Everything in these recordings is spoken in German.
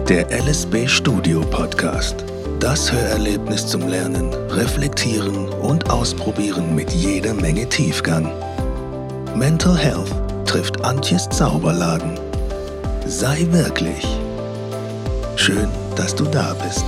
Der LSB Studio Podcast. Das Hörerlebnis zum Lernen, Reflektieren und Ausprobieren mit jeder Menge Tiefgang. Mental Health trifft Antjes Zauberladen. Sei wirklich. Schön, dass du da bist.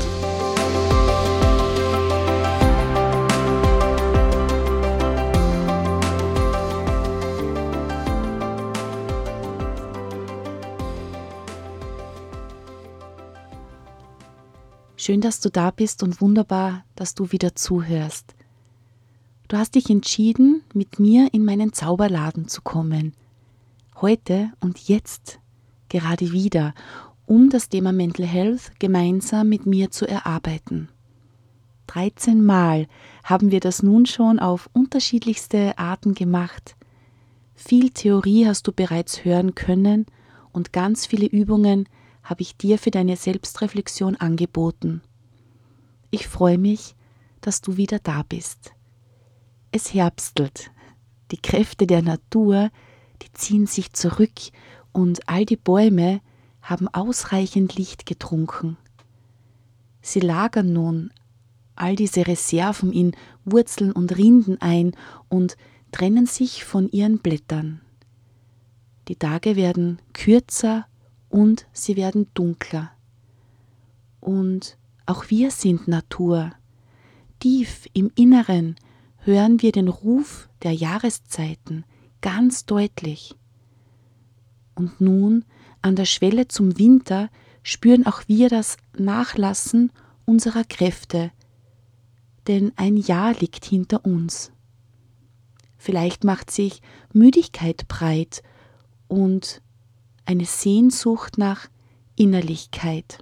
Schön, dass du da bist und wunderbar, dass du wieder zuhörst. Du hast dich entschieden, mit mir in meinen Zauberladen zu kommen. Heute und jetzt gerade wieder, um das Thema Mental Health gemeinsam mit mir zu erarbeiten. 13 Mal haben wir das nun schon auf unterschiedlichste Arten gemacht. Viel Theorie hast du bereits hören können und ganz viele Übungen habe ich dir für deine Selbstreflexion angeboten. Ich freue mich, dass du wieder da bist. Es herbstelt. Die Kräfte der Natur, die ziehen sich zurück und all die Bäume haben ausreichend Licht getrunken. Sie lagern nun all diese Reserven in Wurzeln und Rinden ein und trennen sich von ihren Blättern. Die Tage werden kürzer und sie werden dunkler. Und auch wir sind Natur. Tief im Inneren hören wir den Ruf der Jahreszeiten ganz deutlich. Und nun, an der Schwelle zum Winter, spüren auch wir das Nachlassen unserer Kräfte, denn ein Jahr liegt hinter uns. Vielleicht macht sich Müdigkeit breit und eine Sehnsucht nach Innerlichkeit.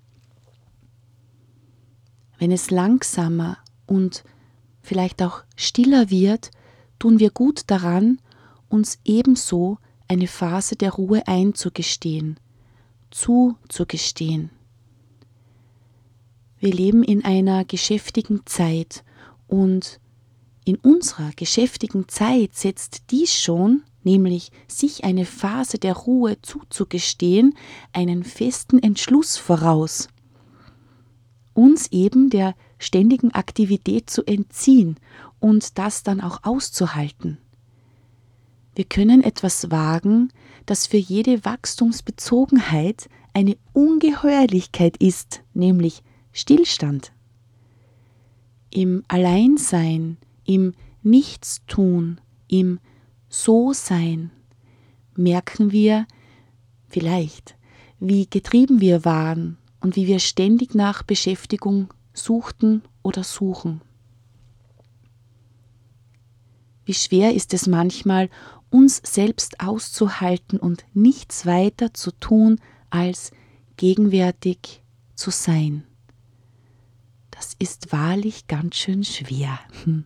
Wenn es langsamer und vielleicht auch stiller wird, tun wir gut daran, uns ebenso eine Phase der Ruhe einzugestehen, zuzugestehen. Wir leben in einer geschäftigen Zeit und in unserer geschäftigen Zeit setzt dies schon, nämlich sich eine Phase der Ruhe zuzugestehen, einen festen Entschluss voraus, uns eben der ständigen Aktivität zu entziehen und das dann auch auszuhalten. Wir können etwas wagen, das für jede Wachstumsbezogenheit eine Ungeheuerlichkeit ist, nämlich Stillstand. Im Alleinsein, im Nichtstun, im So-Sein merken wir vielleicht, wie getrieben wir waren und wie wir ständig nach Beschäftigung suchten oder suchen. Wie schwer ist es manchmal, uns selbst auszuhalten und nichts weiter zu tun, als gegenwärtig zu sein. Das ist wahrlich ganz schön schwer.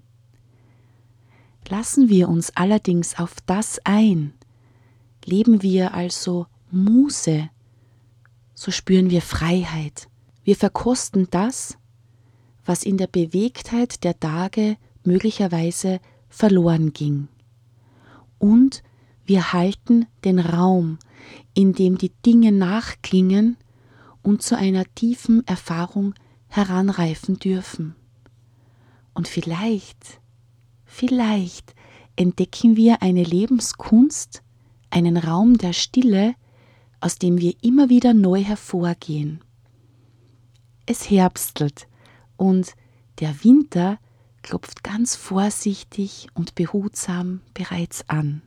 Lassen wir uns allerdings auf das ein, leben wir also Muße, so spüren wir Freiheit. Wir verkosten das, was in der Bewegtheit der Tage möglicherweise verloren ging. Und wir halten den Raum, in dem die Dinge nachklingen und zu einer tiefen Erfahrung heranreifen dürfen. Und vielleicht entdecken wir eine Lebenskunst, einen Raum der Stille, aus dem wir immer wieder neu hervorgehen. Es herbstelt und der Winter klopft ganz vorsichtig und behutsam bereits an.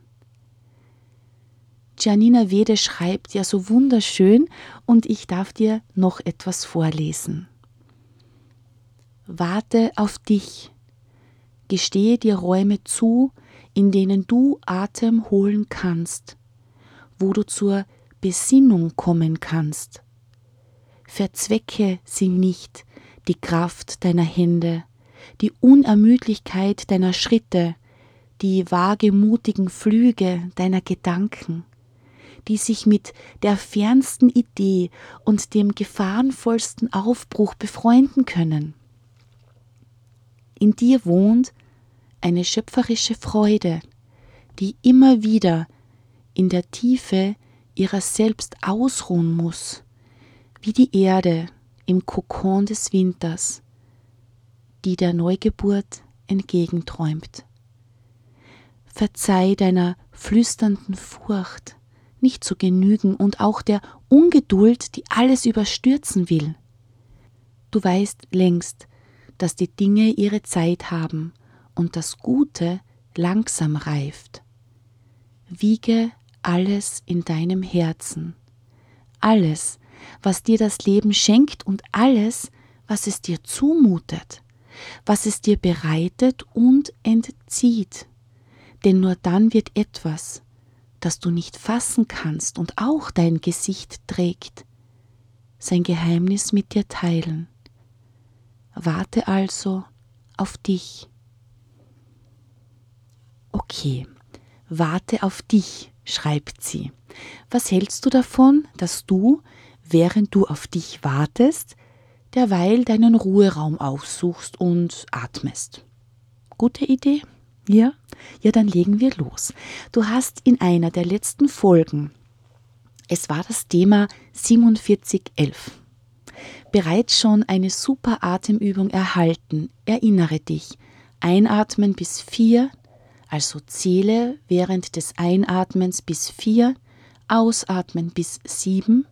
Giannina Wede schreibt ja so wunderschön und ich darf dir noch etwas vorlesen. Warte auf dich. Gestehe dir Räume zu, in denen du Atem holen kannst, wo du zur Besinnung kommen kannst. Verzwecke sie nicht, die Kraft deiner Hände, die Unermüdlichkeit deiner Schritte, die wagemutigen Flüge deiner Gedanken, die sich mit der fernsten Idee und dem gefahrenvollsten Aufbruch befreunden können. In dir wohnt eine schöpferische Freude, die immer wieder in der Tiefe ihrer selbst ausruhen muss, wie die Erde im Kokon des Winters, die der Neugeburt entgegenträumt. Verzeih deiner flüsternden Furcht, nicht zu genügen und auch der Ungeduld, die alles überstürzen will. Du weißt längst, dass die Dinge ihre Zeit haben und das Gute langsam reift. Wiege alles in deinem Herzen, alles, was dir das Leben schenkt und alles, was es dir zumutet, was es dir bereitet und entzieht. Denn nur dann wird etwas, das du nicht fassen kannst und auch dein Gesicht trägt, sein Geheimnis mit dir teilen. Warte also auf dich. Okay, warte auf dich, schreibt sie. Was hältst du davon, dass du, während du auf dich wartest, derweil deinen Ruheraum aufsuchst und atmest? Gute Idee? Ja? Ja, dann legen wir los. Du hast in einer der letzten Folgen, es war das Thema 4711, bereits schon eine super Atemübung erhalten. Erinnere dich, einatmen bis 4, also zähle während des Einatmens bis 4, ausatmen bis 7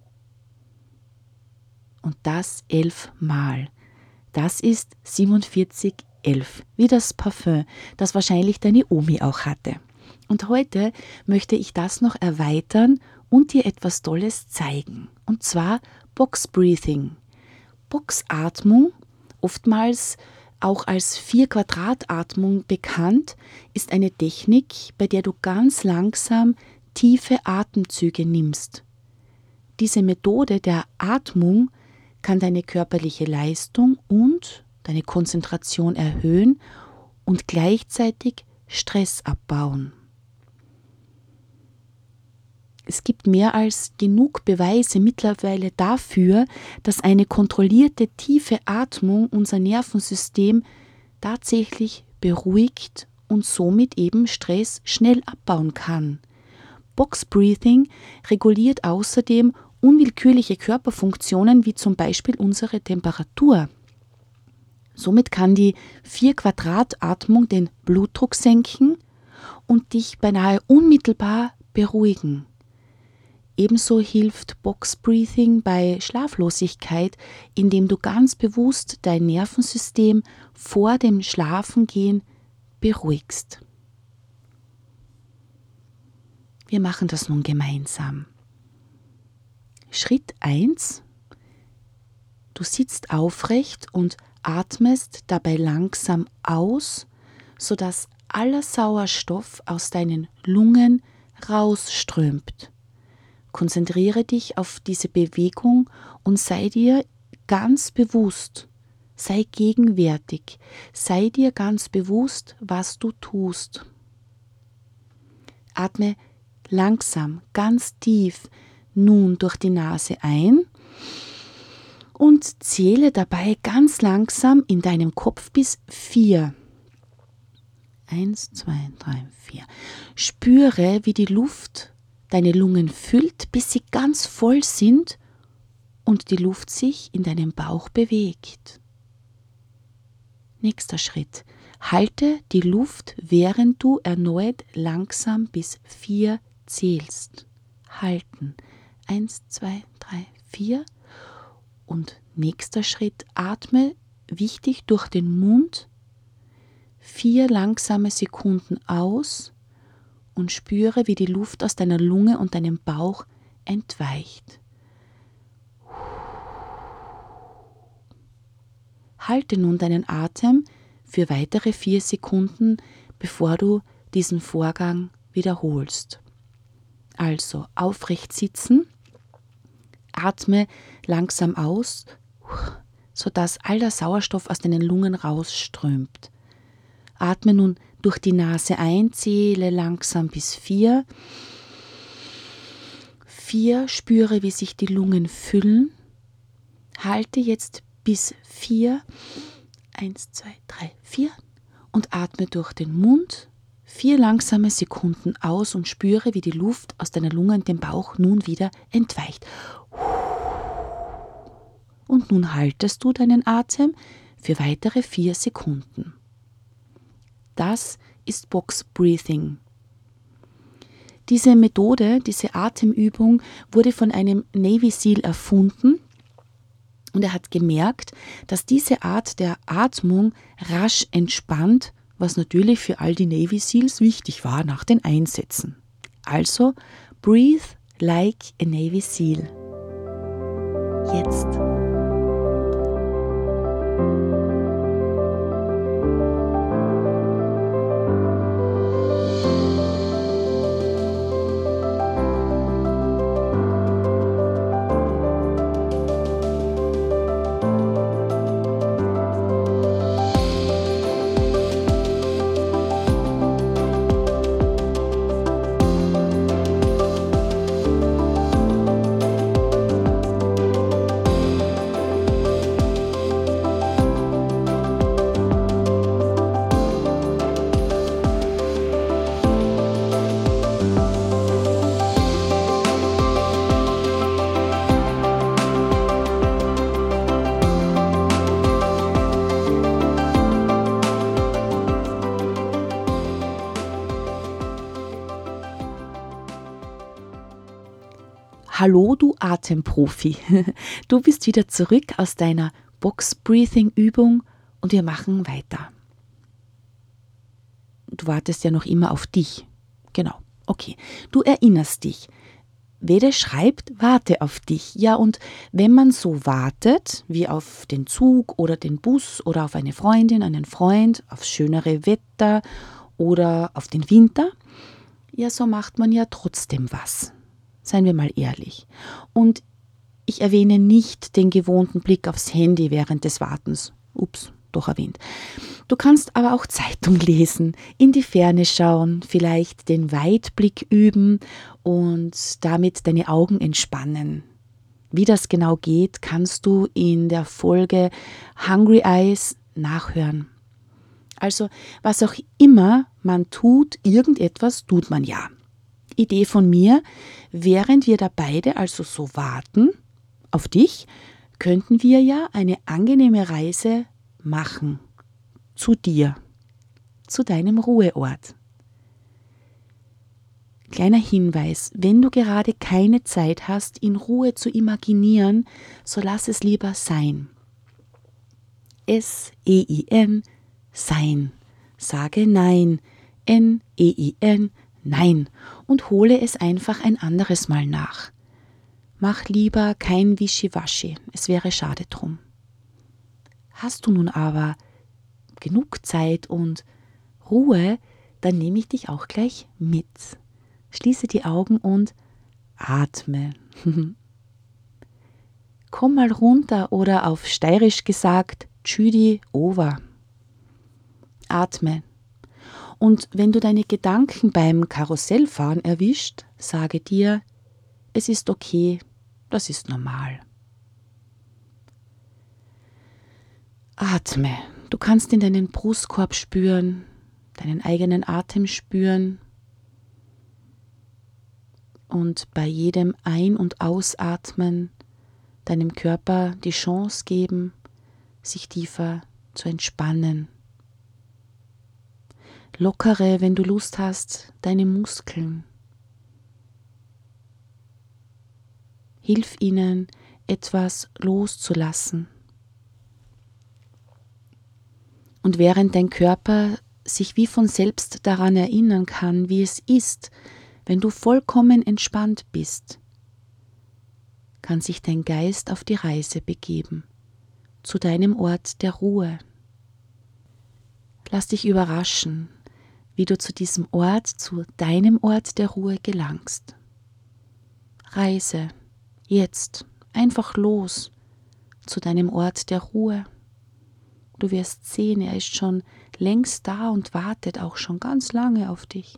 und das 11 Mal. Das ist 4711, wie das Parfüm, das wahrscheinlich deine Omi auch hatte. Und heute möchte ich das noch erweitern und dir etwas Tolles zeigen. Und zwar Box Breathing. Boxatmung, oftmals auch als 4-Quadrat-Atmung bekannt, ist eine Technik, bei der du ganz langsam tiefe Atemzüge nimmst. Diese Methode der Atmung kann deine körperliche Leistung und deine Konzentration erhöhen und gleichzeitig Stress abbauen. Es gibt mehr als genug Beweise mittlerweile dafür, dass eine kontrollierte tiefe Atmung unser Nervensystem tatsächlich beruhigt und somit eben Stress schnell abbauen kann. Box Breathing reguliert außerdem unwillkürliche Körperfunktionen wie zum Beispiel unsere Temperatur. Somit kann die 4-Quadrat-Atmung den Blutdruck senken und dich beinahe unmittelbar beruhigen. Ebenso hilft Box Breathing bei Schlaflosigkeit, indem du ganz bewusst dein Nervensystem vor dem Schlafengehen beruhigst. Wir machen das nun gemeinsam. Schritt 1. Du sitzt aufrecht und atmest dabei langsam aus, sodass aller Sauerstoff aus deinen Lungen rausströmt. Konzentriere dich auf diese Bewegung und sei dir ganz bewusst, sei gegenwärtig, sei dir ganz bewusst, was du tust. Atme langsam, ganz tief nun durch die Nase ein und zähle dabei ganz langsam in deinem Kopf bis 4. 1, 2, 3, 4. Spüre, wie die Luft deine Lungen füllt, bis sie ganz voll sind und die Luft sich in deinem Bauch bewegt. Nächster Schritt. Halte die Luft, während du erneut langsam bis 4 zählst. Halten. 1, 2, 3, 4. Und nächster Schritt. Atme, wichtig, durch den Mund 4 langsame Sekunden aus und spüre, wie die Luft aus deiner Lunge und deinem Bauch entweicht. Halte nun deinen Atem für weitere 4 Sekunden, bevor du diesen Vorgang wiederholst. Also aufrecht sitzen, atme langsam aus, sodass all der Sauerstoff aus deinen Lungen rausströmt. Atme nun durch die Nase ein, zähle langsam bis 4. 4, spüre, wie sich die Lungen füllen. Halte jetzt bis 4. 1, 2, 3, 4. Und atme durch den Mund 4 langsame Sekunden aus und spüre, wie die Luft aus deiner Lunge und dem Bauch nun wieder entweicht. und nun haltest du deinen Atem für weitere 4 Sekunden. Das ist Box Breathing. Diese Methode, diese Atemübung wurde von einem Navy SEAL erfunden und er hat gemerkt, dass diese Art der Atmung rasch entspannt, was natürlich für all die Navy SEALs wichtig war nach den Einsätzen. Also, breathe like a Navy SEAL. Jetzt. Hallo, du Atemprofi. Du bist wieder zurück aus deiner Box-Breathing-Übung und wir machen weiter. Du wartest ja noch immer auf dich. Genau, okay. Du erinnerst dich. Wede schreibt, warte auf dich. Ja, und wenn man so wartet, wie auf den Zug oder den Bus oder auf eine Freundin, einen Freund, aufs schönere Wetter oder auf den Winter, ja, so macht man ja trotzdem was. Seien wir mal ehrlich. Und ich erwähne nicht den gewohnten Blick aufs Handy während des Wartens. Ups, doch erwähnt. Du kannst aber auch Zeitung lesen, in die Ferne schauen, vielleicht den Weitblick üben und damit deine Augen entspannen. Wie das genau geht, kannst du in der Folge Hungry Eyes nachhören. Also, was auch immer man tut, irgendetwas tut man ja. Idee von mir, während wir da beide also so warten auf dich, könnten wir ja eine angenehme Reise machen zu dir, zu deinem Ruheort. Kleiner Hinweis, wenn du gerade keine Zeit hast, in Ruhe zu imaginieren, so lass es lieber sein. S-E-I-N, sein. Sage Nein, N-E-I-N, Nein, und hole es einfach ein anderes Mal nach. Mach lieber kein Wischiwaschi, es wäre schade drum. Hast du nun aber genug Zeit und Ruhe, dann nehme ich dich auch gleich mit. Schließe die Augen und atme. Komm mal runter oder auf Steirisch gesagt, tschüdi over. Atme. Und wenn du deine Gedanken beim Karussellfahren erwischt, sage dir, es ist okay, das ist normal. Atme. Du kannst in deinen Brustkorb spüren, deinen eigenen Atem spüren und bei jedem Ein- und Ausatmen deinem Körper die Chance geben, sich tiefer zu entspannen. Lockere, wenn du Lust hast, deine Muskeln. Hilf ihnen, etwas loszulassen. Und während dein Körper sich wie von selbst daran erinnern kann, wie es ist, wenn du vollkommen entspannt bist, kann sich dein Geist auf die Reise begeben, zu deinem Ort der Ruhe. Lass dich überraschen, wie du zu diesem Ort, zu deinem Ort der Ruhe gelangst. Reise jetzt einfach los zu deinem Ort der Ruhe. Du wirst sehen, er ist schon längst da und wartet auch schon ganz lange auf dich.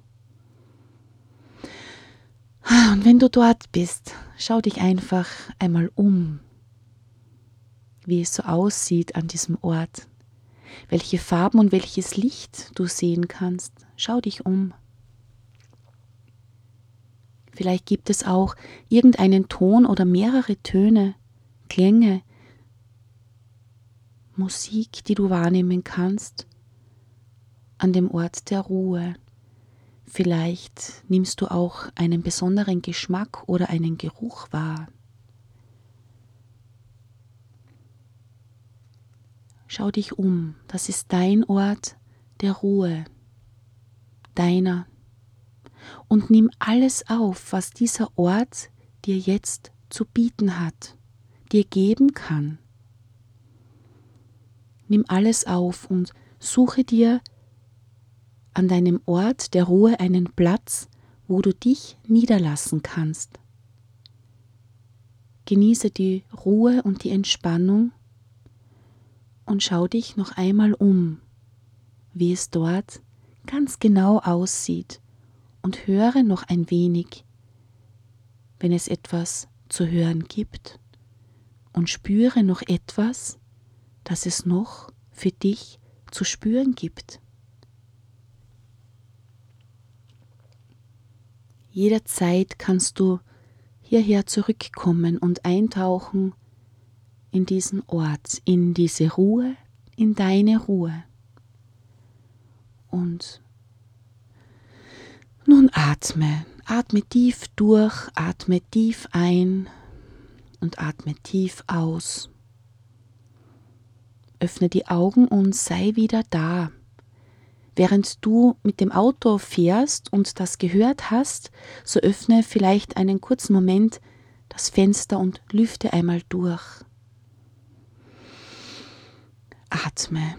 Und wenn du dort bist, schau dich einfach einmal um, wie es so aussieht an diesem Ort. Welche Farben und welches Licht du sehen kannst. Schau dich um. Vielleicht gibt es auch irgendeinen Ton oder mehrere Töne, Klänge, Musik, die du wahrnehmen kannst, an dem Ort der Ruhe. Vielleicht nimmst du auch einen besonderen Geschmack oder einen Geruch wahr. Schau dich um, das ist dein Ort der Ruhe, deiner. Und nimm alles auf, was dieser Ort dir jetzt zu bieten hat, dir geben kann. Nimm alles auf und suche dir an deinem Ort der Ruhe einen Platz, wo du dich niederlassen kannst. Genieße die Ruhe und die Entspannung und schau dich noch einmal um, wie es dort ganz genau aussieht, und höre noch ein wenig, wenn es etwas zu hören gibt, und spüre noch etwas, das es noch für dich zu spüren gibt. Jederzeit kannst du hierher zurückkommen und eintauchen in diesen Ort, in diese Ruhe, in deine Ruhe. Und nun atme tief durch, atme tief ein und atme tief aus. Öffne die Augen und sei wieder da. Während du mit dem Auto fährst und das gehört hast, so öffne vielleicht einen kurzen Moment das Fenster und lüfte einmal durch. Atme.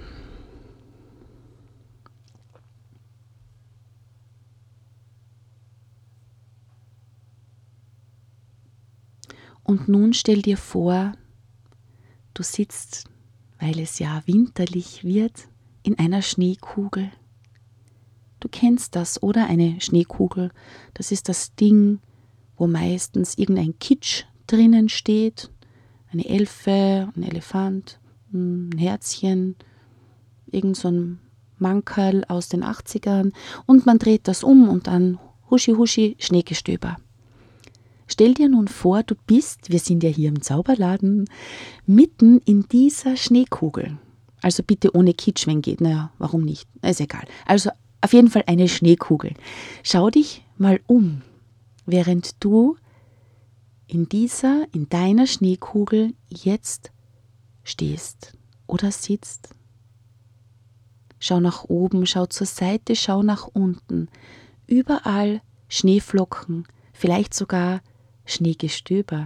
Und nun stell dir vor, du sitzt, weil es ja winterlich wird, in einer Schneekugel. Du kennst das, oder? Eine Schneekugel, das ist das Ding, wo meistens irgendein Kitsch drinnen steht. Eine Elfe, ein Elefant, ein Herzchen, irgend so ein Mankerl aus den 80ern. Und man dreht das um und dann huschi huschi Schneegestöber. Stell dir nun vor, du bist, wir sind ja hier im Zauberladen, mitten in dieser Schneekugel. Also bitte ohne Kitsch, wenn geht. Naja, warum nicht? Ist egal. Also auf jeden Fall eine Schneekugel. Schau dich mal um, während du in deiner Schneekugel jetzt stehst oder sitzt. Schau nach oben, schau zur Seite, schau nach unten. Überall Schneeflocken, vielleicht sogar Schneegestöber.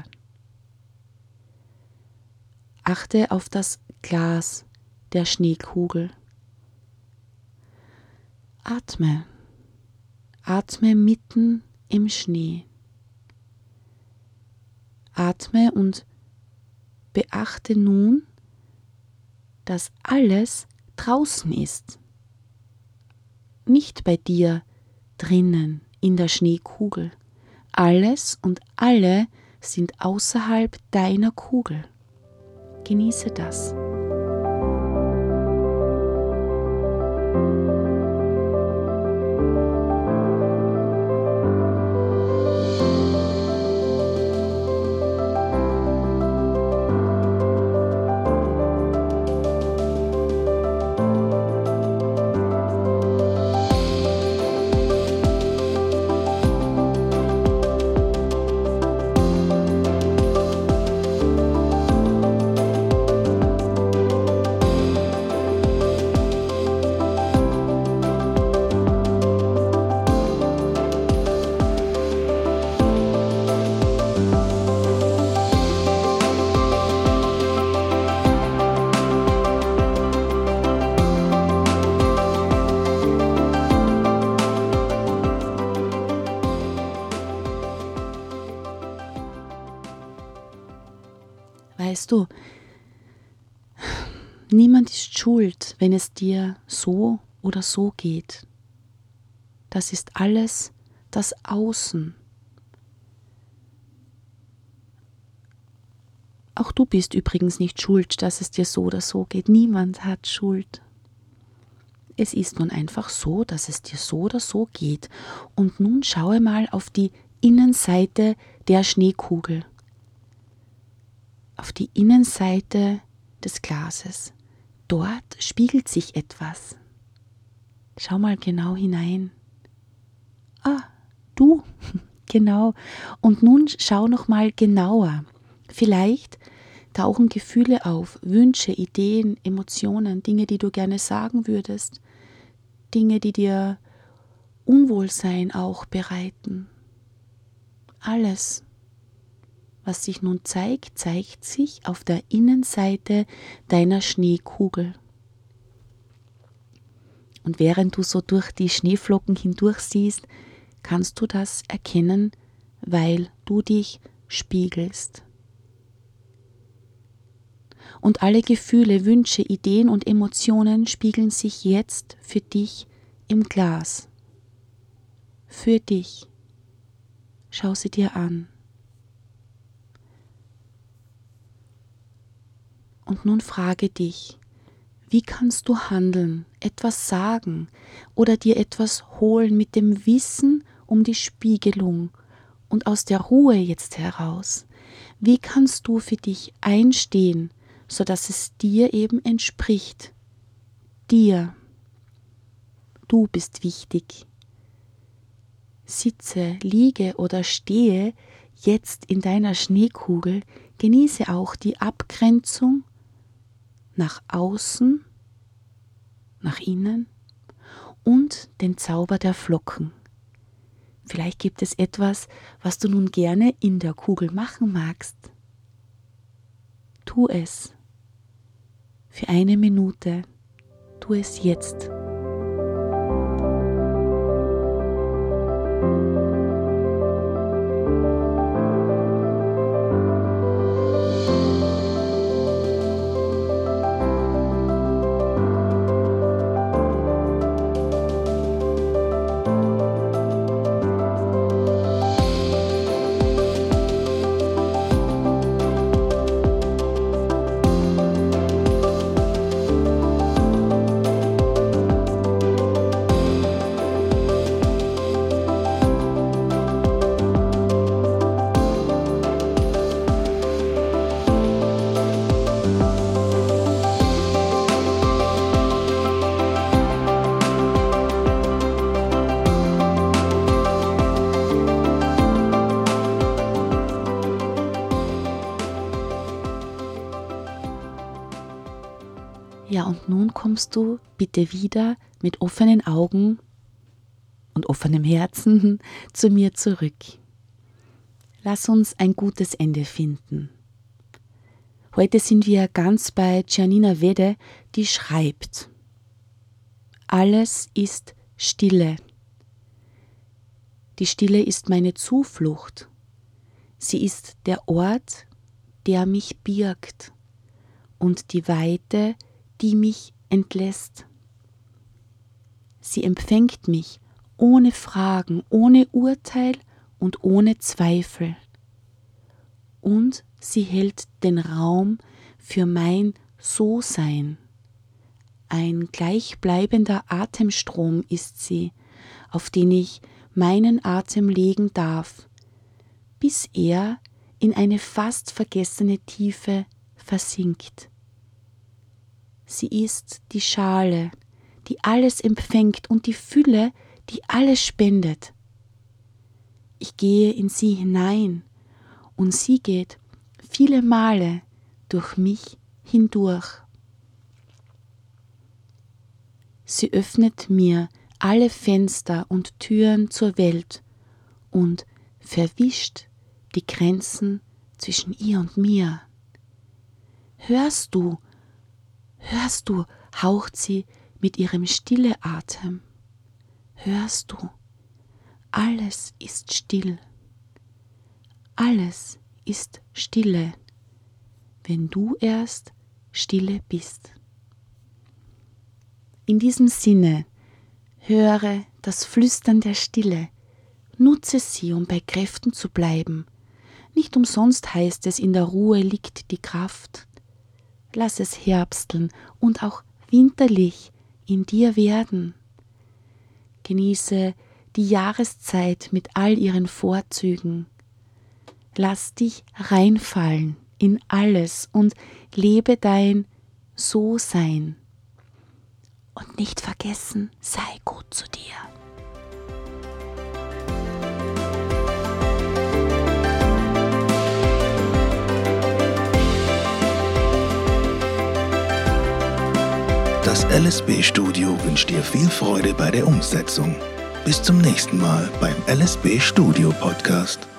Achte auf das Glas der Schneekugel. Atme mitten im Schnee. Atme und beachte nun, dass alles draußen ist. Nicht bei dir drinnen in der Schneekugel. Alles und alle sind außerhalb deiner Kugel. Genieße das. Weißt du, niemand ist schuld, wenn es dir so oder so geht. Das ist alles das Außen. Auch du bist übrigens nicht schuld, dass es dir so oder so geht. Niemand hat Schuld. Es ist nun einfach so, dass es dir so oder so geht. Und nun schaue mal auf die Innenseite der Schneekugel. Auf die Innenseite des Glases. dort spiegelt sich etwas. Schau mal genau hinein. Ah, du, genau. Und nun schau noch mal genauer. Vielleicht tauchen Gefühle auf, Wünsche, Ideen, Emotionen, Dinge, die du gerne sagen würdest, Dinge, die dir Unwohlsein auch bereiten. Alles, was sich nun zeigt, zeigt sich auf der Innenseite deiner Schneekugel. Und während du so durch die Schneeflocken hindurch siehst, kannst du das erkennen, weil du dich spiegelst. Und alle Gefühle, Wünsche, Ideen und Emotionen spiegeln sich jetzt für dich im Glas. Für dich. Schau sie dir an. Und nun frage dich, wie kannst du handeln, etwas sagen oder dir etwas holen mit dem Wissen um die Spiegelung und aus der Ruhe jetzt heraus? Wie kannst du für dich einstehen, sodass es dir eben entspricht? Dir. Du bist wichtig. Sitze, liege oder stehe jetzt in deiner Schneekugel, genieße auch die Abgrenzung nach außen, nach innen und den Zauber der Flocken. Vielleicht gibt es etwas, was du nun gerne in der Kugel machen magst. Tu es. Für 1 Minute. Tu es jetzt. Ja, und nun kommst du bitte wieder mit offenen Augen und offenem Herzen zu mir zurück. Lass uns ein gutes Ende finden. Heute sind wir ganz bei Giannina Wedde, die schreibt: Alles ist Stille. Die Stille ist meine Zuflucht. Sie ist der Ort, der mich birgt, und die Weite, die mich entlässt. Sie empfängt mich ohne Fragen, ohne Urteil und ohne Zweifel. Und sie hält den Raum für mein So-Sein. Ein gleichbleibender Atemstrom ist sie, auf den ich meinen Atem legen darf, bis er in eine fast vergessene Tiefe versinkt. Sie ist die Schale, die alles empfängt, und die Fülle, die alles spendet. Ich gehe in sie hinein, und sie geht viele Male durch mich hindurch. Sie öffnet mir alle Fenster und Türen zur Welt und verwischt die Grenzen zwischen ihr und mir. Hörst du, haucht sie mit ihrem stille Atem. Hörst du, alles ist still. Alles ist Stille, wenn du erst stille bist. In diesem Sinne, höre das Flüstern der Stille, nutze sie, um bei Kräften zu bleiben. Nicht umsonst heißt es, in der Ruhe liegt die Kraft. Lass es herbsteln und auch winterlich in dir werden. Genieße die Jahreszeit mit all ihren Vorzügen. Lass dich reinfallen in alles und lebe dein so sein. Und nicht vergessen, sei gut zu dir. Das LSB-Studio wünscht dir viel Freude bei der Umsetzung. Bis zum nächsten Mal beim LSB-Studio-Podcast.